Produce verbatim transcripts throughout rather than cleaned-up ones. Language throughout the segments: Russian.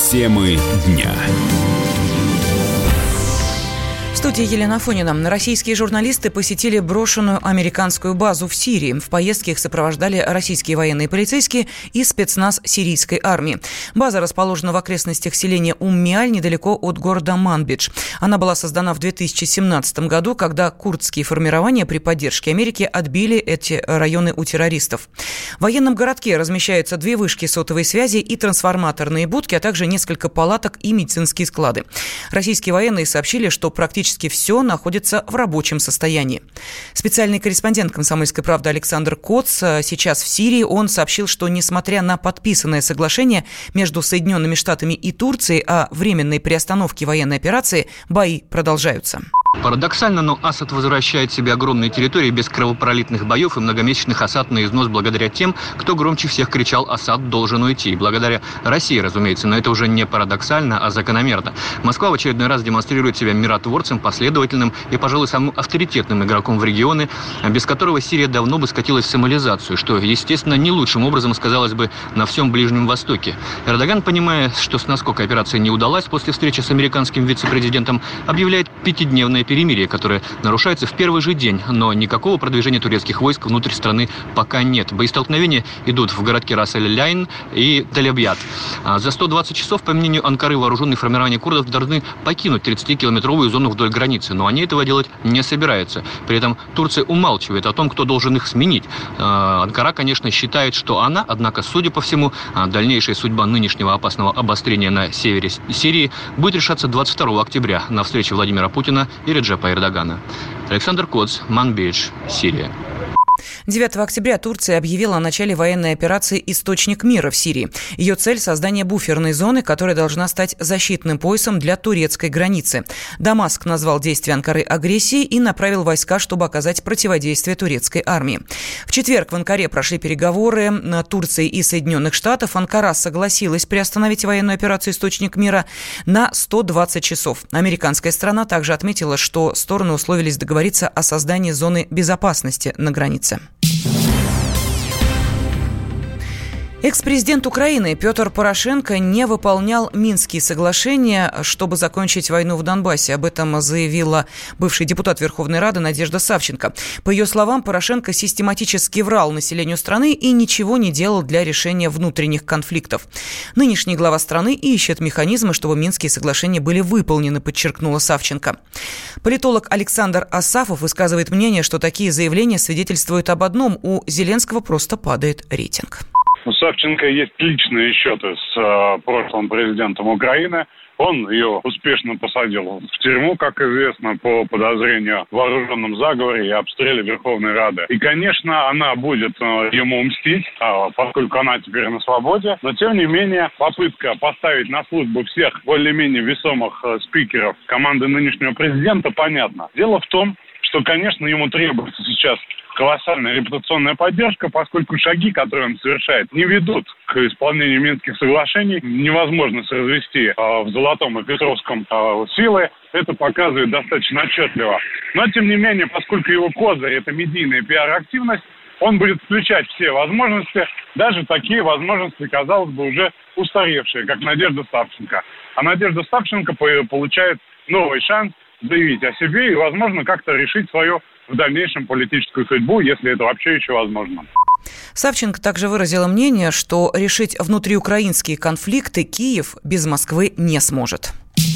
Темы дня. В студии Елена Афонина. Российские журналисты посетили брошенную американскую базу в Сирии. В поездке их сопровождали российские военные полицейские и спецназ сирийской армии. База расположена в окрестностях селения Ум-Миаль, недалеко от города Манбидж. Она была создана в две тысячи семнадцатом году, когда курдские формирования при поддержке Америки отбили эти районы у террористов. В военном городке размещаются две вышки сотовой связи и трансформаторные будки, а также несколько палаток и медицинские склады. Российские военные сообщили, что практически все находится в рабочем состоянии. Специальный корреспондент «Комсомольской правды» Александр Коц сейчас в Сирии. Он сообщил, что несмотря на подписанное соглашение между Соединенными Штатами и Турцией о временной приостановке военной операции, бои продолжаются. Парадоксально, но Асад возвращает себе огромные территории без кровопролитных боев и многомесячных осад на износ благодаря тем, кто громче всех кричал «Асад должен уйти». Благодаря России, разумеется, но это уже не парадоксально, а закономерно. Москва в очередной раз демонстрирует себя миротворцем, последовательным и, пожалуй, самым авторитетным игроком в регионе, без которого Сирия давно бы скатилась в сомализацию, что, естественно, не лучшим образом сказалось бы на всем Ближнем Востоке. Эрдоган, понимая, что с наскока операция не удалась после встречи с американским вице-президентом, объявляет пятидневное перемирие, которое нарушается в первый же день, но никакого продвижения турецких войск внутрь страны пока нет. Боестолкновения идут в городке Рас-эль-Ляйн и Тель-Абьяд. За сто двадцать часов, по мнению Анкары, вооруженные формирования курдов должны покинуть тридцатикилометровую зону вдоль границы, но они этого делать не собираются. При этом Турция умалчивает о том, кто должен их сменить. Анкара, конечно, считает, что она, однако, судя по всему, дальнейшая судьба нынешнего опасного обострения на севере Сирии будет решаться двадцать второго октября на встрече Владимира Путина и Реджепа Эрдогана. Александр Коц, Манбидж, Сирия. девятого октября Турция объявила о начале военной операции «Источник мира» в Сирии. Ее цель – создание буферной зоны, которая должна стать защитным поясом для турецкой границы. Дамаск назвал действия Анкары агрессией и направил войска, чтобы оказать противодействие турецкой армии. В четверг в Анкаре прошли переговоры Турции и Соединенных Штатов. Анкара согласилась приостановить военную операцию «Источник мира» на сто двадцать часов. Американская сторона также отметила, что стороны условились договориться о создании зоны безопасности на границе. Экс-президент Украины Петр Порошенко не выполнял Минские соглашения, чтобы закончить войну в Донбассе. Об этом заявила бывший депутат Верховной Рады Надежда Савченко. По ее словам, Порошенко систематически врал населению страны и ничего не делал для решения внутренних конфликтов. Нынешний глава страны ищет механизмы, чтобы Минские соглашения были выполнены, подчеркнула Савченко. Политолог Александр Асафов высказывает мнение, что такие заявления свидетельствуют об одном – у Зеленского просто падает рейтинг. У Савченко есть личные счеты с э, прошлым президентом Украины. Он ее успешно посадил в тюрьму, как известно, по подозрению в вооруженном заговоре и обстреле Верховной Рады. И, конечно, она будет э, ему мстить, э, поскольку она теперь на свободе. Но, тем не менее, попытка поставить на службу всех более-менее весомых э, спикеров команды нынешнего президента понятна. Дело в том, что, конечно, ему требуется сейчас колоссальная репутационная поддержка, поскольку шаги, которые он совершает, не ведут к исполнению Минских соглашений. Невозможно развести э, в Золотом и Петровском э, силы. Это показывает достаточно отчетливо. Но, тем не менее, поскольку его козырь – это медийная пиар-активность, он будет включать все возможности, даже такие возможности, казалось бы, уже устаревшие, как Надежда Савченко. А Надежда Савченко получает новый шанс заявить о себе и, возможно, как-то решить свою в дальнейшем политическую судьбу, если это вообще еще возможно. Савченко также выразила мнение, что решить внутриукраинские конфликты Киев без Москвы не сможет.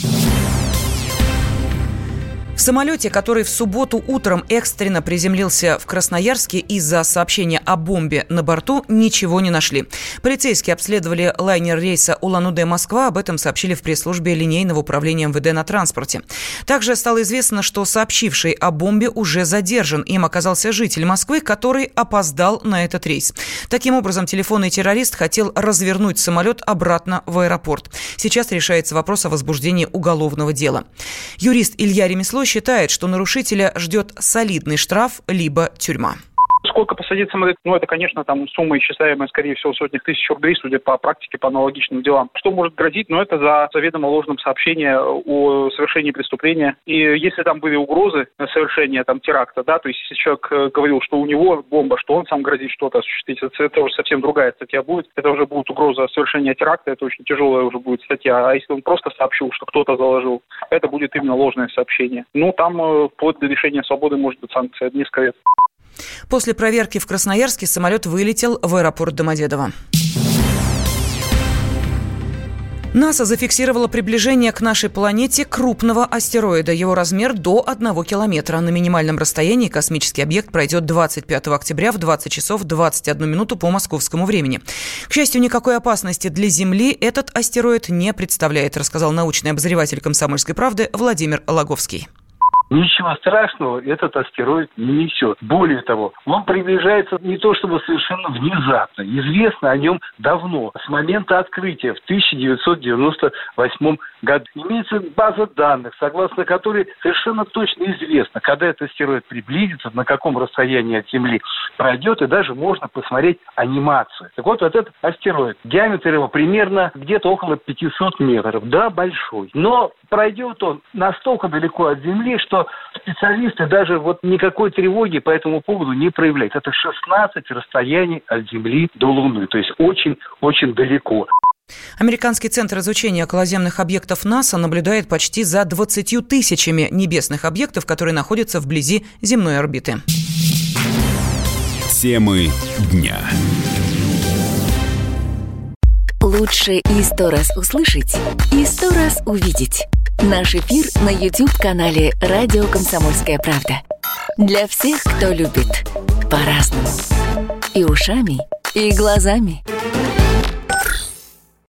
В самолете, который в субботу утром экстренно приземлился в Красноярске из-за сообщения о бомбе на борту, ничего не нашли. Полицейские обследовали лайнер рейса Улан-Удэ-Москва. Об этом сообщили в пресс-службе линейного управления эм вэ дэ на транспорте. Также стало известно, что сообщивший о бомбе уже задержан. Им оказался житель Москвы, который опоздал на этот рейс. Таким образом, телефонный террорист хотел развернуть самолет обратно в аэропорт. Сейчас решается вопрос о возбуждении уголовного дела. Юрист Илья Ремесло считает, что нарушителя ждет солидный штраф либо тюрьма. Сколько посадить самолет? Ну, это, конечно, там сумма исчисляемая, скорее всего, сотни тысяч рублей, судя по практике, по аналогичным делам. Что может грозить? Ну, это за заведомо ложным сообщением о совершении преступления. И если там были угрозы совершения там теракта, да, то есть если человек говорил, что у него бомба, что он сам грозит что-то осуществить, это уже совсем другая статья будет. Это уже будет угроза совершения теракта, это очень тяжелая уже будет статья. А если он просто сообщил, что кто-то заложил, это будет именно ложное сообщение. Ну, там вплоть до лишения свободы может быть санкция несколько лет. После проверки в Красноярске самолет вылетел в аэропорт Домодедово. НАСА зафиксировало приближение к нашей планете крупного астероида. Его размер до одного километра. На минимальном расстоянии космический объект пройдет двадцать пятого октября в двадцать часов двадцать одну минуту по московскому времени. К счастью, никакой опасности для Земли этот астероид не представляет, рассказал научный обозреватель «Комсомольской правды» Владимир Логовский. Ничего страшного этот астероид не несет. Более того, он приближается не то чтобы совершенно внезапно. Известно о нем давно, с момента открытия в тысяча девятьсот девяносто восьмом году. Имеется база данных, согласно которой совершенно точно известно, когда этот астероид приблизится, на каком расстоянии от Земли пройдет, и даже можно посмотреть анимацию. Так вот, вот этот астероид, диаметр его примерно где-то около пятьсот метров. Да, большой. Но пройдет он настолько далеко от Земли, что специалисты даже вот никакой тревоги по этому поводу не проявляют. Это шестнадцать расстояний от Земли до Луны. То есть очень-очень далеко. Американский центр изучения околоземных объектов НАСА наблюдает почти за двадцатью тысячами небесных объектов, которые находятся вблизи земной орбиты. Темы дня. Лучше и сто раз услышать, и сто раз увидеть. Наш эфир на YouTube-канале «Радио Комсомольская правда». Для всех, кто любит по-разному. И ушами, и глазами.